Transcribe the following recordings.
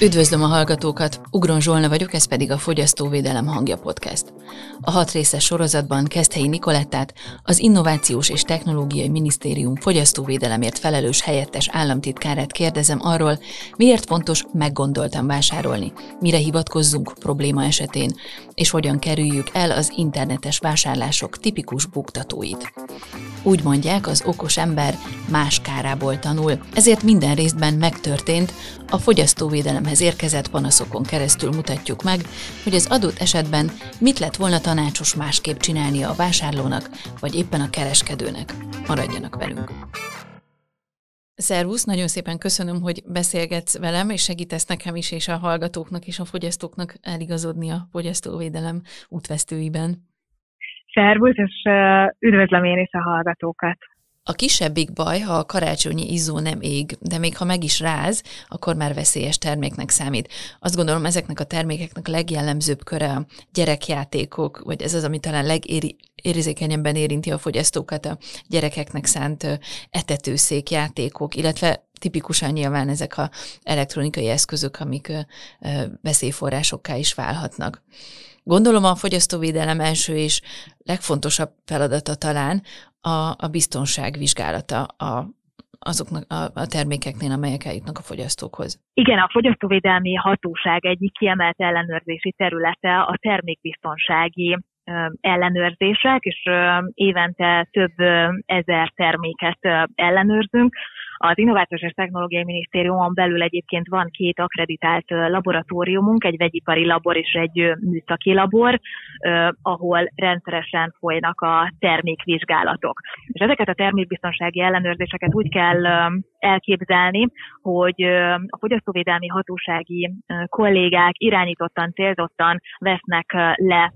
Üdvözlöm a hallgatókat, Ugron Zsolna vagyok, ez pedig a Fogyasztóvédelem hangja podcast. A 6 részes sorozatban Keszthelyi Nikolettát, az Innovációs és Technológiai Minisztérium fogyasztóvédelemért felelős helyettes államtitkárát kérdezem arról, miért fontos meggondoltan vásárolni, mire hivatkozzunk probléma esetén, és hogyan kerüljük el az internetes vásárlások tipikus buktatóit. Úgy mondják, az okos ember más kárából tanul, ezért minden részben megtörtént, a fogyasztóvédelemhez érkezett panaszokon keresztül mutatjuk meg, hogy az adott esetben mit lett volna tanácsos másképp csinálnia a vásárlónak, vagy éppen a kereskedőnek. Maradjanak velünk! Szervusz, nagyon szépen köszönöm, hogy beszélgetsz velem, és segítesz nekem is, és a hallgatóknak és a fogyasztóknak eligazodni a fogyasztóvédelem útvesztőiben. Szervusz, és üdvözlöm én is a hallgatókat! A kisebbik baj, ha a karácsonyi izzó nem ég, de még ha meg is ráz, akkor már veszélyes terméknek számít. Azt gondolom, ezeknek a termékeknek a legjellemzőbb köre a gyerekjátékok, vagy ez az, ami talán legérzékenyebben érinti a fogyasztókat, a gyerekeknek szánt etetőszékjátékok, illetve tipikusan nyilván ezek az elektronikai eszközök, amik veszélyforrásokká is válhatnak. Gondolom a fogyasztóvédelem első és legfontosabb feladata talán a biztonság vizsgálata azoknak a termékeknél, amelyek eljutnak a fogyasztókhoz. Igen, a Fogyasztóvédelmi Hatóság egyik kiemelt ellenőrzési területe a termékbiztonsági ellenőrzések, és évente több ezer terméket ellenőrzünk. Az Innovációs és Technológiai Minisztériumon belül egyébként van 2 akkreditált laboratóriumunk, egy vegyipari labor és egy műszaki labor, ahol rendszeresen folynak a termékvizsgálatok. És ezeket a termékbiztonsági ellenőrzéseket úgy kell elképzelni, hogy a fogyasztóvédelmi hatósági kollégák irányítottan, célzottan vesznek le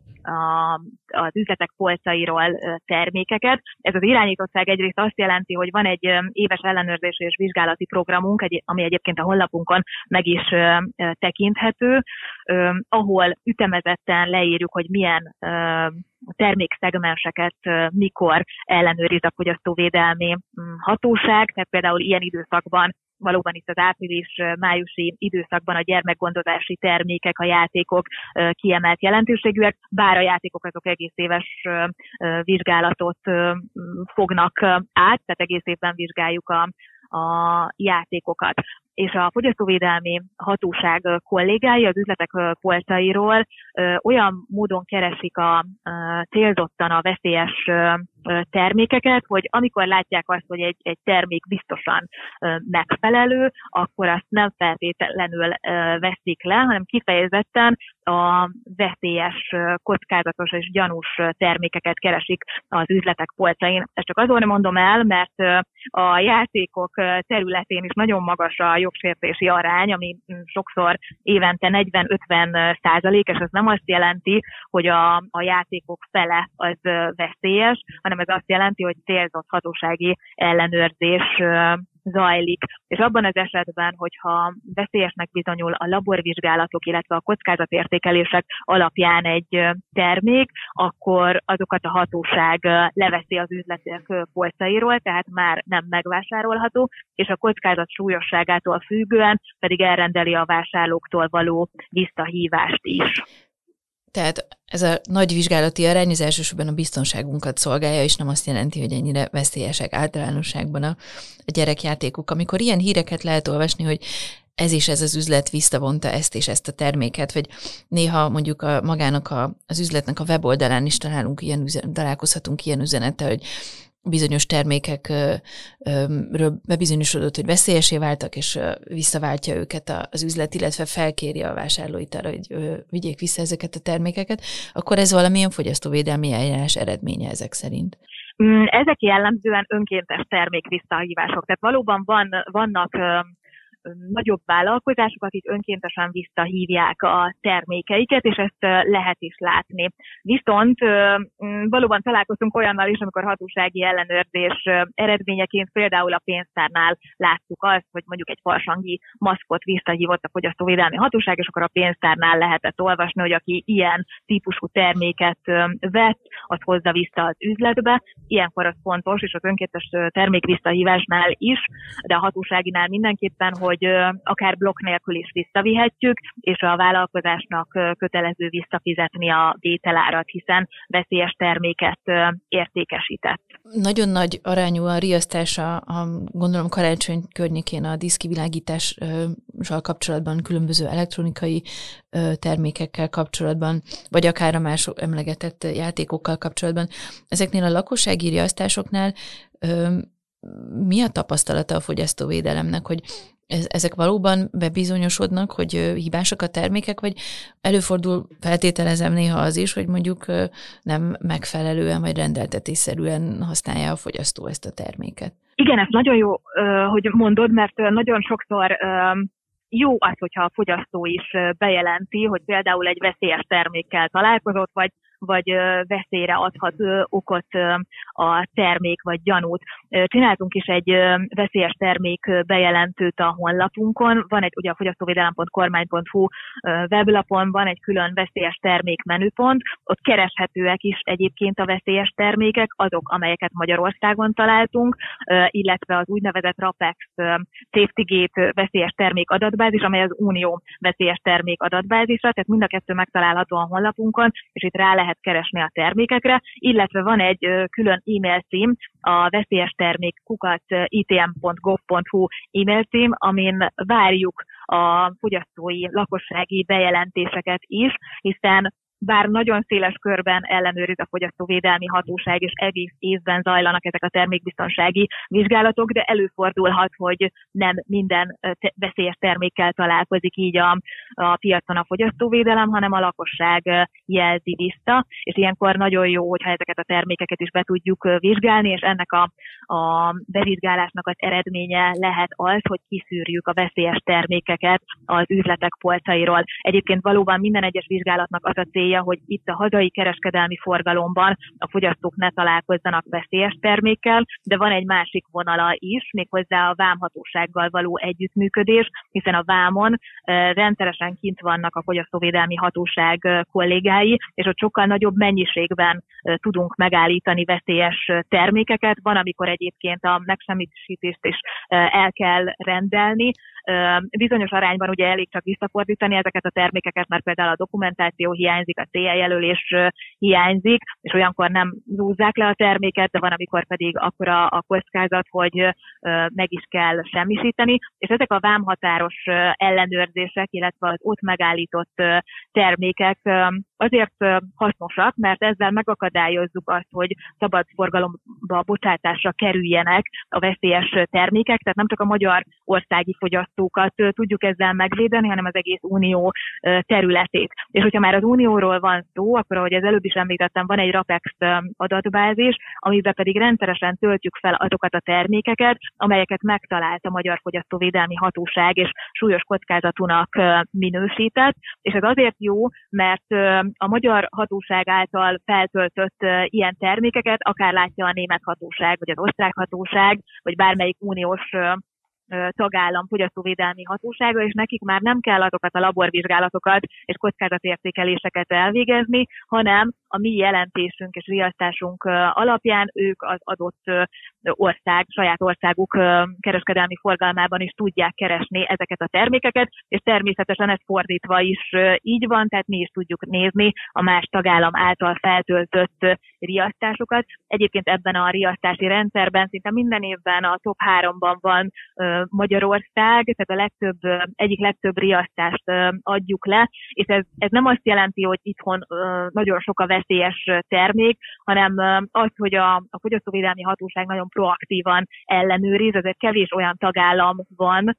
az üzletek polcairól termékeket. Ez az irányítottság egyrészt azt jelenti, hogy van egy éves ellenőrzési és vizsgálati programunk, ami egyébként a honlapunkon meg is tekinthető, ahol ütemezetten leírjuk, hogy milyen termékszegmenseket mikor ellenőriz a fogyasztóvédelmi hatóság. Tehát például ilyen időszakban valóban itt az április-májusi időszakban a gyermekgondozási termékek, a játékok kiemelt jelentőségűek, bár a játékok azok egész éves vizsgálatot fognak át, tehát egész évben vizsgáljuk a játékokat. És a fogyasztóvédelmi hatóság kollégái az üzletek polcairól olyan módon keresik célzottan a veszélyes termékeket, hogy amikor látják azt, hogy egy termék biztosan megfelelő, akkor azt nem feltétlenül veszik le, hanem kifejezetten a veszélyes, kockázatos és gyanús termékeket keresik az üzletek polcain. Ezt csak azért mondom el, mert a játékok területén is nagyon magas a jogsértési arány, ami sokszor évente 40-50%, és ez nem azt jelenti, hogy a játékok fele az veszélyes, hanem ez azt jelenti, hogy célzott hatósági ellenőrzés zajlik. És abban az esetben, hogyha veszélyesnek bizonyul a laborvizsgálatok, illetve a kockázatértékelések alapján egy termék, akkor azokat a hatóság leveszi az üzletek polcairól, tehát már nem megvásárolható, és a kockázat súlyosságától függően pedig elrendeli a vásárlóktól való visszahívást is. Tehát ez a nagy vizsgálati arány az elsősorban a biztonságunkat szolgálja, és nem azt jelenti, hogy ennyire veszélyesek általánosságban a gyerekjátékok. Amikor ilyen híreket lehet olvasni, hogy ez és ez az üzlet visszavonta ezt és ezt a terméket, vagy néha mondjuk magának az üzletnek a weboldalán is találkozhatunk ilyen üzenettel, hogy bizonyos termékekről bebizonyosodott, hogy veszélyesé váltak, és visszaváltja őket az üzlet, illetve felkéri a vásárlóit arra, hogy vigyék vissza ezeket a termékeket, akkor ez valamilyen fogyasztóvédelmi eljárás eredménye ezek szerint? Ezek jellemzően önkéntes termékvisszahívások. Tehát valóban vannak nagyobb vállalkozások, akik önkéntesen visszahívják a termékeiket, és ezt lehet is látni. Viszont valóban találkoztunk olyannal is, amikor hatósági ellenőrzés eredményeként például a pénztárnál láttuk azt, hogy mondjuk egy farsangi maszkot visszahívott a fogyasztóvédelmi hatóság, és akkor a pénztárnál lehetett olvasni, hogy aki ilyen típusú terméket vett, az hozza vissza az üzletbe. Ilyenkor az fontos, és az önkéntes termékvisszahívásnál is, de a hatóságinál mindenképpen, hogy hogy akár blokk nélkül is visszavihetjük, és a vállalkozásnak kötelező visszafizetni a vételárat, hiszen veszélyes terméket értékesített. Nagyon nagy arányú a riasztás gondolom karácsony környékén a díszkivilágítással kapcsolatban, különböző elektronikai termékekkel kapcsolatban, vagy akár a más emlegetett játékokkal kapcsolatban. Ezeknél a lakossági riasztásoknál mi a tapasztalata a fogyasztóvédelemnek, hogy ezek valóban bebizonyosodnak, hogy hibásak a termékek, vagy előfordul, feltételezem néha az is, hogy mondjuk nem megfelelően vagy rendeltetésszerűen használja a fogyasztó ezt a terméket. Igen, ez nagyon jó, hogy mondod, mert nagyon sokszor jó az, hogyha a fogyasztó is bejelenti, hogy például egy veszélyes termékkel találkozott, vagy veszélyre adhat okot a termék, vagy gyanút. Csináltunk is egy veszélyes termék bejelentőt a honlapunkon, van egy, ugye a fogyasztóvédelem.kormány.hu weblapon van egy külön veszélyes termék menüpont, ott kereshetőek is egyébként a veszélyes termékek, azok, amelyeket Magyarországon találtunk, illetve az úgynevezett RAPEX Safety Gate veszélyes termék adatbázis, amely az Unió veszélyes termék adatbázisa, tehát mind a kettő megtalálható a honlapunkon, és itt rá lehet keresni a termékekre, illetve van egy külön e-mail cím, a veszélyes termék @itm.gov.hu e-mail cím, amin várjuk a fogyasztói lakossági bejelentéseket is, hiszen bár nagyon széles körben ellenőriz a Fogyasztóvédelmi Hatóság, és egész évben zajlanak ezek a termékbiztonsági vizsgálatok, de előfordulhat, hogy nem minden veszélyes termékkel találkozik így a piacon a fogyasztóvédelem, hanem a lakosság jelzi vissza, és ilyenkor nagyon jó, hogyha ezeket a termékeket is be tudjuk vizsgálni, és ennek a bevizsgálásnak az eredménye lehet az, hogy kiszűrjük a veszélyes termékeket az üzletek polcairól. Egyébként valóban minden egyes vizsgálatnak az a célja, hogy itt a hazai kereskedelmi forgalomban a fogyasztók ne találkozzanak veszélyes termékkel, de van egy másik vonala is, méghozzá a vámhatósággal való együttműködés, hiszen a vámon rendszeresen kint vannak a Fogyasztóvédelmi Hatóság kollégái, és ott sokkal nagyobb mennyiségben tudunk megállítani veszélyes termékeket. Van, amikor egyébként a megsemmisítést is el kell rendelni. Bizonyos arányban ugye elég csak visszafordítani ezeket a termékeket, mert például a dokumentáció hiányzik, a céljelölés hiányzik, és olyankor nem zúzzák le a terméket, de van, amikor pedig akkora a kockázat, hogy meg is kell semmisíteni, és ezek a vámhatáros ellenőrzések, illetve az ott megállított termékek azért hasznosak, mert ezzel megakadályozzuk azt, hogy szabad forgalomba bocsátásra kerüljenek a veszélyes termékek, tehát nem csak a magyar országi fogyasztókat tudjuk ezzel megvédeni, hanem az egész unió területét. És hogyha már az unióról van szó, akkor ahogy az előbb is említettem, van egy RAPEX adatbázis, amiben pedig rendszeresen töltjük fel azokat a termékeket, amelyeket megtalált a Magyar Fogyasztóvédelmi Hatóság és súlyos kockázatúnak minősített, és ez azért jó, mert a magyar hatóság által feltöltött ilyen termékeket akár látja a német hatóság, vagy az osztrák hatóság, vagy bármelyik uniós tagállam fogyasztóvédelmi hatósága, és nekik már nem kell azokat a laborvizsgálatokat és kockázatértékeléseket elvégezni, hanem a mi jelentésünk és riasztásunk alapján ők az adott ország, saját országuk kereskedelmi forgalmában is tudják keresni ezeket a termékeket, és természetesen ez fordítva is így van, tehát mi is tudjuk nézni a más tagállam által feltöltött riasztásokat. Egyébként ebben a riasztási rendszerben szinte minden évben a top 3-ban van Magyarország, tehát egyik legtöbb riasztást adjuk le, és ez nem azt jelenti, hogy itthon nagyon sok a veszélyes termék, hanem az, hogy a Fogyasztóvédelmi Hatóság nagyon proaktívan ellenőriz, ezért kevés olyan tagállam van,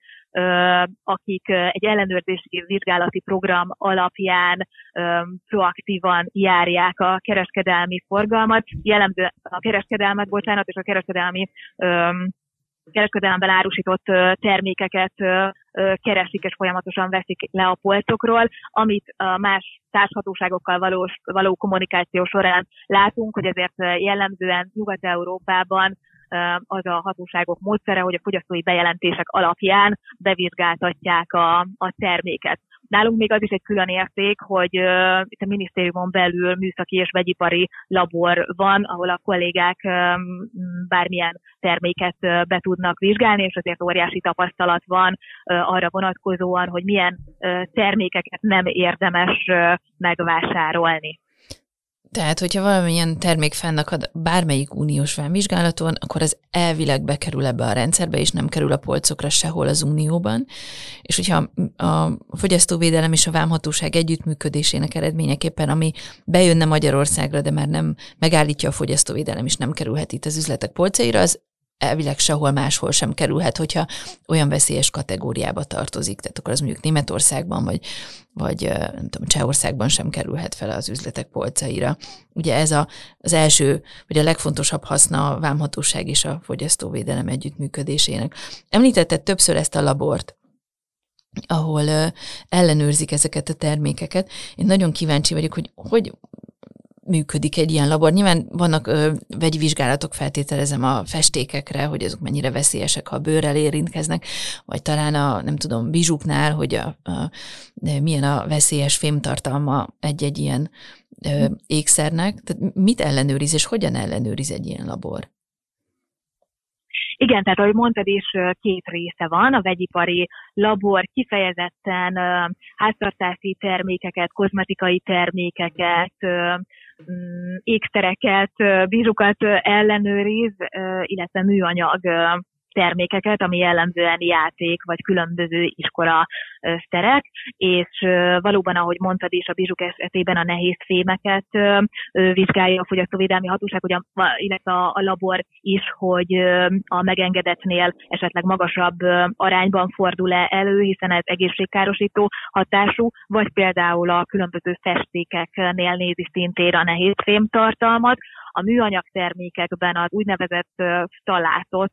akik egy ellenőrzési vizsgálati program alapján proaktívan járják a kereskedelmi forgalmat, jellemző a kereskedelmet, és a kereskedelemben árusított termékeket keresik és folyamatosan veszik le a polcokról, amit más társhatóságokkal való kommunikáció során látunk, hogy ezért jellemzően Nyugat-Európában az a hatóságok módszere, hogy a fogyasztói bejelentések alapján bevizsgáltatják a terméket. Nálunk még az is egy külön érték, hogy itt a minisztériumon belül műszaki és vegyipari labor van, ahol a kollégák bármilyen terméket be tudnak vizsgálni, és azért óriási tapasztalat van arra vonatkozóan, hogy milyen termékeket nem érdemes megvásárolni. Tehát, hogyha valamilyen termék fennakad bármelyik uniós vámvizsgálaton, akkor az elvileg bekerül ebbe a rendszerbe, és nem kerül a polcokra sehol az unióban. És hogyha a fogyasztóvédelem és a vámhatóság együttműködésének eredményeképpen, ami bejönne Magyarországra, de már nem megállítja a fogyasztóvédelem, és nem kerülhet itt az üzletek polcaira, az elvileg sehol máshol sem kerülhet, hogyha olyan veszélyes kategóriába tartozik. Tehát akkor az mondjuk Németországban, vagy nem tudom, Csehországban sem kerülhet fel az üzletek polcaira. Ugye ez az első, vagy a legfontosabb haszna a vámhatóság és a fogyasztóvédelem együttműködésének. Említetted többször ezt a labort, ahol ellenőrzik ezeket a termékeket. Én nagyon kíváncsi vagyok, hogy működik egy ilyen labor. Nyilván vannak vegyi vizsgálatok, feltételezem a festékekre, hogy azok mennyire veszélyesek, ha a bőrrel érintkeznek, vagy talán nem tudom, bizsuknál, hogy milyen a veszélyes fémtartalma egy ilyen ékszernek. Tehát mit ellenőriz, és hogyan ellenőriz egy ilyen labor? Igen, tehát ahogy mondtad is, két része van. A vegyipari labor kifejezetten háztartási termékeket, kozmetikai termékeket, ékszereket, bizsukat ellenőriz, illetve műanyag termékeket, ami jellemzően játék vagy különböző iskola szerek, és valóban, ahogy mondtad is, a bizsuk esetében a nehéz fémeket vizsgálja a fogyasztóvédelmi hatóság, illetve a labor is, hogy a megengedettnél esetleg magasabb arányban fordul-e elő, hiszen ez egészségkárosító hatású, vagy például a különböző festékeknél nézi szintén a nehéz fémtartalmat. A műanyag termékekben az úgynevezett ftalátot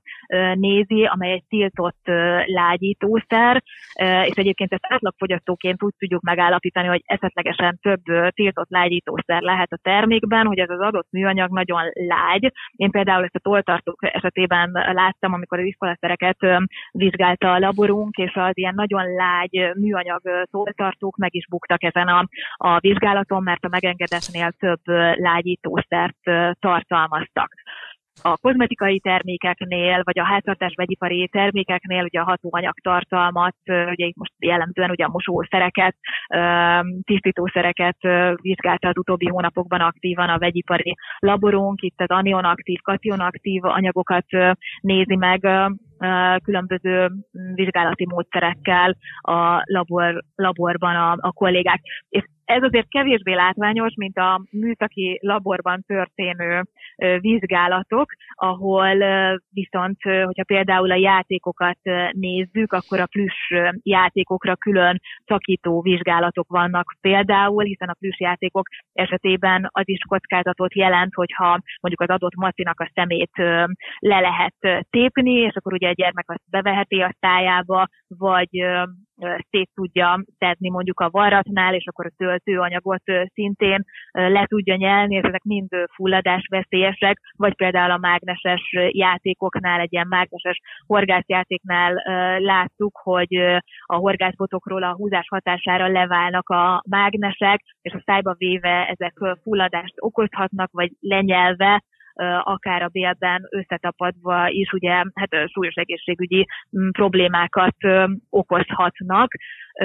nézi, amely egy tiltott lágyítószer, és egyébként ezt átlagfogyasztóként úgy tudjuk megállapítani, hogy esetlegesen több tiltott lágyítószer lehet a termékben, hogy ez az adott műanyag nagyon lágy. Én például ezt a tolltartók esetében láttam, amikor az iskolaszereket vizsgálta a laborunk, és az ilyen nagyon lágy műanyag tolltartók meg is buktak ezen a vizsgálaton, mert a megengedettnél több lágyítószert tartalmaztak. A kozmetikai termékeknél, vagy a háztartás vegyipari termékeknél ugye a hatóanyag tartalmat, ugye itt most jellemzően ugye a mosószereket, tisztítószereket vizsgálta az utóbbi hónapokban aktívan a vegyipari laborunk, itt az anionaktív, kationaktív anyagokat nézi meg különböző vizsgálati módszerekkel a laborban a kollégák. És ez azért kevésbé látványos, mint a műszaki laborban történő vizsgálatok, ahol viszont, hogyha például a játékokat nézzük, akkor a plüss játékokra külön szakító vizsgálatok vannak például, hiszen a plüss játékok esetében az is kockázatot jelent, hogyha mondjuk az adott macinak a szemét le lehet tépni, és akkor ugye a gyermek azt beveheti a szájába, vagy szét tudja szedni mondjuk a varratnál, és akkor a töltőanyagot szintén le tudja nyelni, és ezek mind fulladásveszélyesek, vagy például a mágneses játékoknál, egy ilyen mágneses horgászjátéknál láttuk, hogy a horgászbotokról a húzás hatására leválnak a mágnesek, és a szájba véve ezek fulladást okozhatnak, vagy lenyelve akár a bélben összetapadva is ugye hát súlyos egészségügyi problémákat okozhatnak.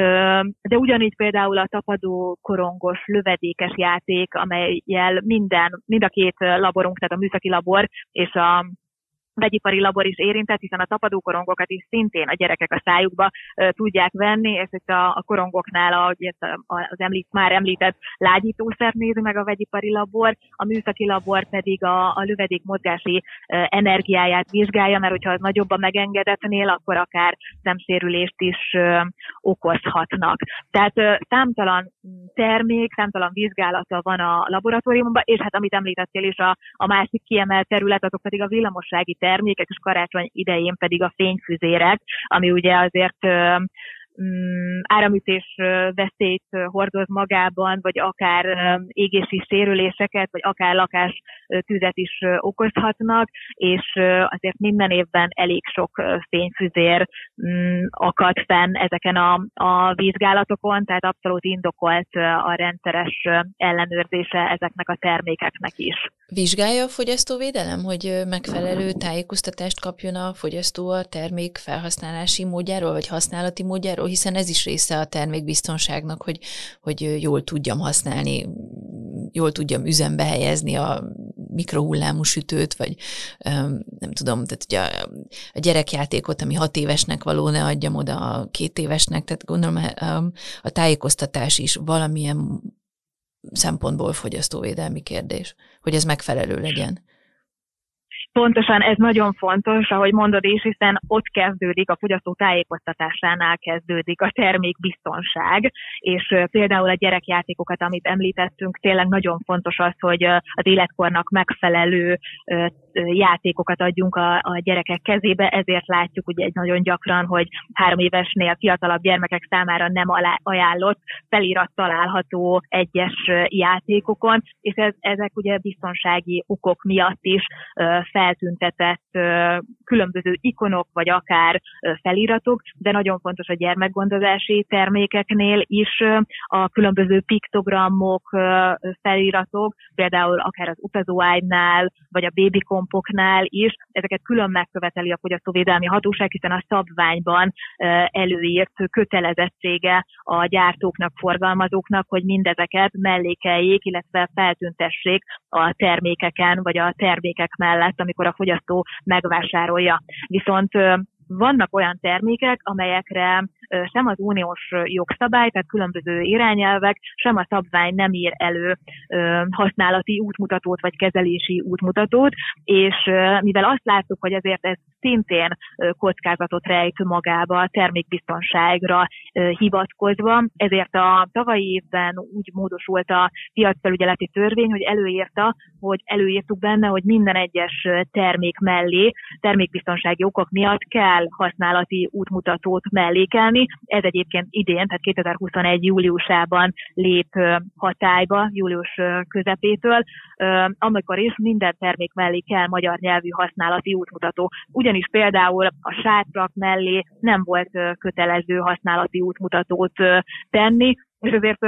De ugyanígy például a tapadó korongos lövedékes játék, amellyel mind a két laborunk, tehát a műszaki labor és a vegyipari labor is érintett, hiszen a tapadókorongokat is szintén a gyerekek a szájukba tudják venni, és itt a korongoknál már említett lágyítószert nézi meg a vegyipari labor, a műszaki labor pedig a lövedék mozgási energiáját vizsgálja, mert hogyha az nagyobb a megengedettnél, akkor akár szemsérülést is okozhatnak. Tehát számtalan termék, számtalan vizsgálata van a laboratóriumban, és hát amit említettél is, a másik kiemelt terület, azok pedig a villamossági termékek, és karácsony idején pedig a fényfüzérek, ami ugye azért áramütés veszélyt hordoz magában, vagy akár égési sérüléseket, vagy akár lakástüzet is okozhatnak, és azért minden évben elég sok fényfüzér akad fenn ezeken a vizsgálatokon, tehát abszolút indokolt a rendszeres ellenőrzése ezeknek a termékeknek is. Vizsgálja a fogyasztóvédelem, hogy megfelelő tájékoztatást kapjon a fogyasztó a termék felhasználási módjáról, vagy használati módjáról, hiszen ez is része a termékbiztonságnak, hogy jól tudjam használni, jól tudjam üzembe helyezni a mikrohullámú sütőt, vagy nem tudom, tehát ugye a gyerekjátékot, ami 6 évesnek való, ne adjam oda a 2 évesnek, tehát gondolom a tájékoztatás is valamilyen szempontból fogyasztóvédelmi kérdés, hogy ez megfelelő legyen. Pontosan ez nagyon fontos, ahogy mondod is, hiszen ott kezdődik, a fogyasztó tájékoztatásánál kezdődik a termékbiztonság, és például a gyerekjátékokat, amit említettünk, tényleg nagyon fontos az, hogy az életkornak megfelelő játékokat adjunk a gyerekek kezébe, ezért látjuk ugye nagyon gyakran, hogy 3 évesnél fiatalabb gyermekek számára nem ajánlott felirat található egyes játékokon, és ezek ugye biztonsági okok miatt is feltüntetett különböző ikonok, vagy akár feliratok, de nagyon fontos a gyermekgondozási termékeknél is a különböző piktogramok, feliratok, például akár az utazóágynál, vagy a babykompoknál is, ezeket külön megköveteli a fogyasztóvédelmi hatóság, hiszen a szabványban előírt kötelezettsége a gyártóknak, forgalmazóknak, hogy mindezeket mellékeljék, illetve feltüntessék a termékeken, vagy a termékek mellett, amikor a fogyasztó megvásárolja. Viszont vannak olyan termékek, amelyekre sem az uniós jogszabály, tehát különböző irányelvek, sem a szabvány nem ír elő használati útmutatót vagy kezelési útmutatót, és mivel azt láttuk, hogy azért ez szintén kockázatot rejt magába a termékbiztonságra hivatkozva, ezért a tavalyi évben úgy módosult a piacfelügyeleti törvény, hogy előírtuk benne, hogy minden egyes termék mellé termékbiztonsági okok miatt kell használati útmutatót mellékelni. Ez egyébként idén, tehát 2021. júliusában lép hatályba, július közepétől, amikor is minden termék mellé kell magyar nyelvű használati útmutató. Ugyanis például a sátrak mellé nem volt kötelező használati útmutatót tenni, és azért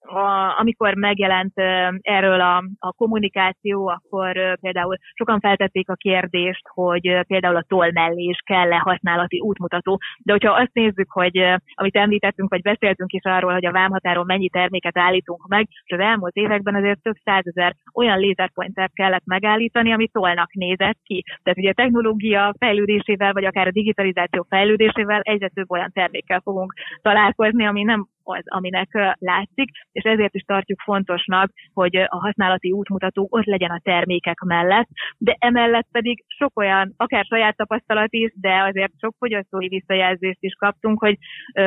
amikor megjelent erről a kommunikáció, akkor például sokan feltették a kérdést, hogy például a toll mellé is kell-e használati útmutató. De hogyha azt nézzük, hogy amit említettünk, vagy beszéltünk is arról, hogy a vámhatáron mennyi terméket állítunk meg, és az elmúlt években azért több 100 000 olyan lézerpointert kellett megállítani, ami tollnak nézett ki. Tehát ugye a technológia fejlődésével, vagy akár a digitalizáció fejlődésével egyre több olyan termékkel fogunk találkozni, ami nem az, aminek látszik, és ezért is tartjuk fontosnak, hogy a használati útmutató ott legyen a termékek mellett, de emellett pedig sok olyan, akár saját tapasztalat is, de azért sok fogyasztói visszajelzést is kaptunk, hogy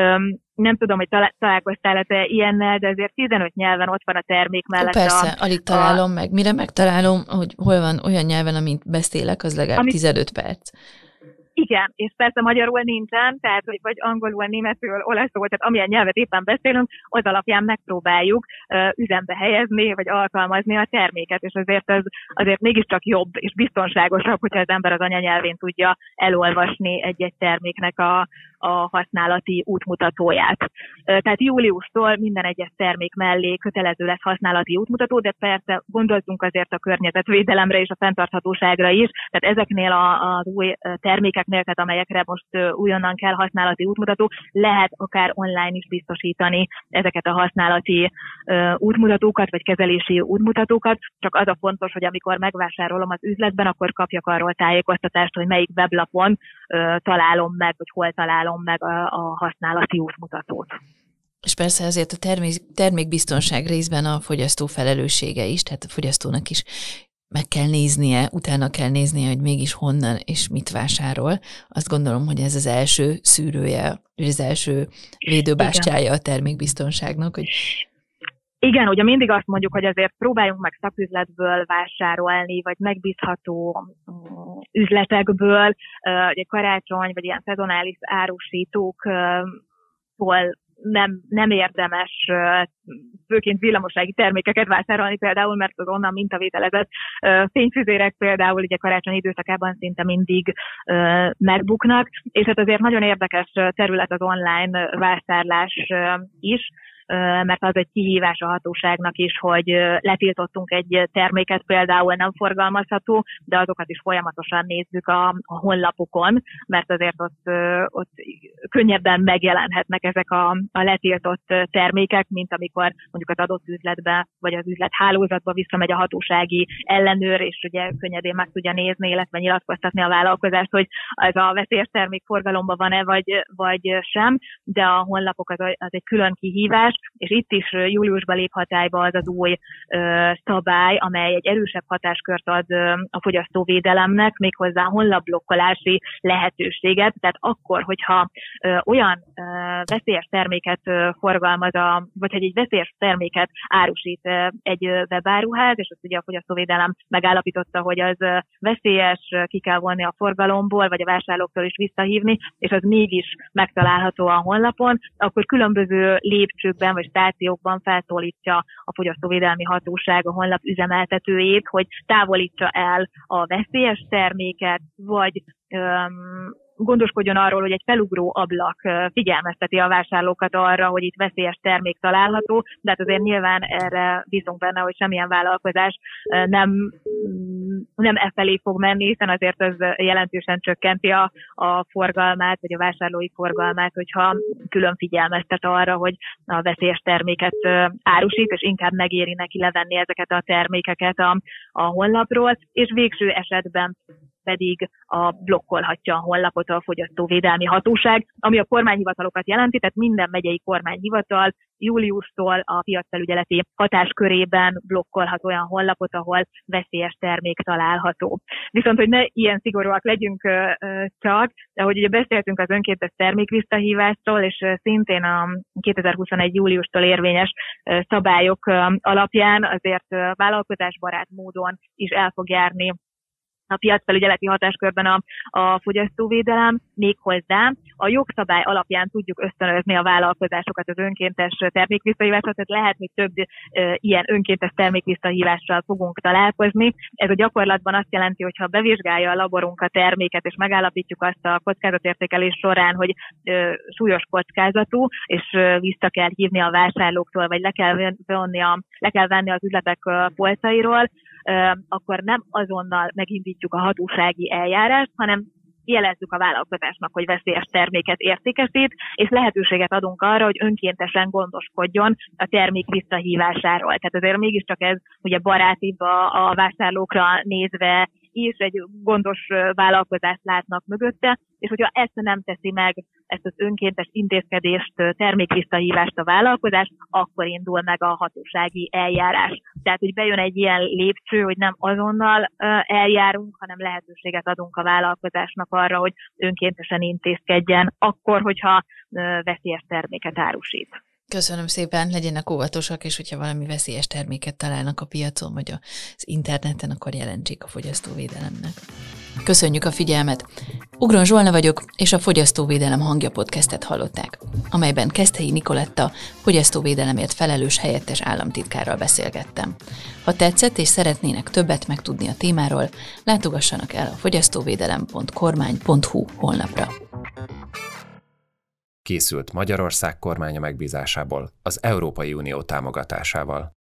nem tudom, hogy találkoztál te ilyennel, de azért 15 nyelven ott van a termék mellett. Persze, alig találom meg. Mire megtalálom, hogy hol van olyan nyelven, amint beszélek, az legalább 15 perc. Igen, és persze magyarul nincsen, tehát hogy vagy angolul, németül, olaszul, tehát amilyen nyelvet éppen beszélünk, az alapján megpróbáljuk üzembe helyezni, vagy alkalmazni a terméket, és azért mégiscsak jobb és biztonságosabb, hogyha az ember az anyanyelvén tudja elolvasni egy-egy terméknek a használati útmutatóját. Tehát júliustól minden egyes termék mellé kötelező lesz használati útmutató, de persze gondoltunk azért a környezetvédelemre és a fenntarthatóságra is, tehát ezeknél az új termékeknél, tehát amelyekre most újonnan kell használati útmutató, lehet akár online is biztosítani ezeket a használati útmutatókat, vagy kezelési útmutatókat, csak az a fontos, hogy amikor megvásárolom az üzletben, akkor kapjak arról tájékoztatást, hogy melyik weblapon találom meg, vagy hol találom meg a használati útmutatót. És persze ezért a termékbiztonság részben a fogyasztó felelőssége is, tehát a fogyasztónak is meg kell néznie, utána kell néznie, hogy mégis honnan és mit vásárol. Azt gondolom, hogy ez az első szűrője, vagy az első védőbástyája a termékbiztonságnak, hogy igen, ugye mindig azt mondjuk, hogy azért próbáljunk meg szaküzletből vásárolni, vagy megbízható üzletekből, ugye karácsony, vagy ilyen szezonális árusítók hol nem érdemes főként villamosági termékeket vásárolni például, mert az onnan mintavételezett fényfüzérek például ugye karácsonyi időszakában szinte mindig megbuknak, és hát azért nagyon érdekes terület az online vásárlás is, mert az egy kihívás a hatóságnak is, hogy letiltottunk egy terméket, például nem forgalmazható, de azokat is folyamatosan nézzük a honlapukon, mert azért ott könnyebben megjelenhetnek ezek a letiltott termékek, mint amikor mondjuk az adott üzletbe, vagy az üzlethálózatba visszamegy a hatósági ellenőr, és ugye könnyedén meg tudja nézni, illetve nyilatkoztatni a vállalkozást, hogy ez a veszélyes termék forgalomban van-e, vagy sem, de a honlapok az egy külön kihívás, és itt is júliusban lép hatályba az új szabály, amely egy erősebb hatáskört ad a fogyasztóvédelemnek, méghozzá honlapblokkolási lehetőséget. Tehát akkor, hogyha olyan veszélyes terméket forgalmaz, vagy hogy egy veszélyes terméket árusít egy webáruház, és azt ugye a fogyasztóvédelem megállapította, hogy az veszélyes, ki kell vonni a forgalomból, vagy a vásárlóktól is visszahívni, és az mégis megtalálható a honlapon, akkor különböző lépcsőkben vagy stációkban felszólítja a fogyasztóvédelmi hatóság a honlap üzemeltetőjét, hogy távolítsa el a veszélyes terméket, vagy gondoskodjon arról, hogy egy felugró ablak figyelmezteti a vásárlókat arra, hogy itt veszélyes termék található, de hát azért nyilván erre bízunk benne, hogy semmilyen vállalkozás nem felé fog menni, hiszen azért ez jelentősen csökkenti a forgalmát, vagy a vásárlói forgalmát, hogyha külön figyelmeztet arra, hogy a veszélyes terméket árusít, és inkább megéri neki levenni ezeket a termékeket a honlapról, és végső esetben pedig blokkolhatja a honlapot a fogyasztóvédelmi hatóság, ami a kormányhivatalokat jelenti, tehát minden megyei kormányhivatal júliustól a piacfelügyeleti hatáskörében blokkolhat olyan honlapot, ahol veszélyes termék található. Viszont, hogy ne ilyen szigorúak legyünk csak, de hogy ugye beszéltünk az önkéntes termékvisszahívásról, és szintén a 2021. júliustól érvényes szabályok alapján azért vállalkozásbarát módon is el fog járni a piacfelügyeleti hatáskörben a fogyasztóvédelem, méghozzá a jogszabály alapján tudjuk ösztönözni a vállalkozásokat az önkéntes termékvisszahívásra, tehát lehet, hogy több ilyen önkéntes termékvisszahívással fogunk találkozni. Ez a gyakorlatban azt jelenti, hogy ha bevizsgálja a laborunk a terméket, és megállapítjuk azt a kockázatértékelés során, hogy súlyos kockázatú, és vissza kell hívni a vásárlóktól, vagy le kell venni az üzletek polcairól, akkor nem azonnal megindítjuk a hatósági eljárást, hanem jelezzük a vállalkozásnak, hogy veszélyes terméket értékesít, és lehetőséget adunk arra, hogy önkéntesen gondoskodjon a termék visszahívásáról. Tehát azért mégiscsak ez ugye barátibb a vásárlókra nézve is, egy gondos vállalkozást látnak mögötte, és hogyha ezt nem teszi meg, ezt az önkéntes intézkedést, termékvisszahívást a vállalkozás, akkor indul meg a hatósági eljárás. Tehát, hogy bejön egy ilyen lépcső, hogy nem azonnal eljárunk, hanem lehetőséget adunk a vállalkozásnak arra, hogy önkéntesen intézkedjen, akkor, hogyha veszélyes terméket árusít. Köszönöm szépen, legyenek óvatosak, és hogyha valami veszélyes terméket találnak a piacon, vagy az interneten, akkor jelentsék a fogyasztóvédelemnek. Köszönjük a figyelmet! Ugron Zsolna vagyok, és a Fogyasztóvédelem hangja podcastet hallották, amelyben Keszthelyi Nikoletta fogyasztóvédelemért felelős helyettes államtitkárral beszélgettem. Ha tetszett és szeretnének többet megtudni a témáról, látogassanak el a fogyasztóvédelem.kormány.hu honlapra. Készült Magyarország kormánya megbízásából az Európai Unió támogatásával.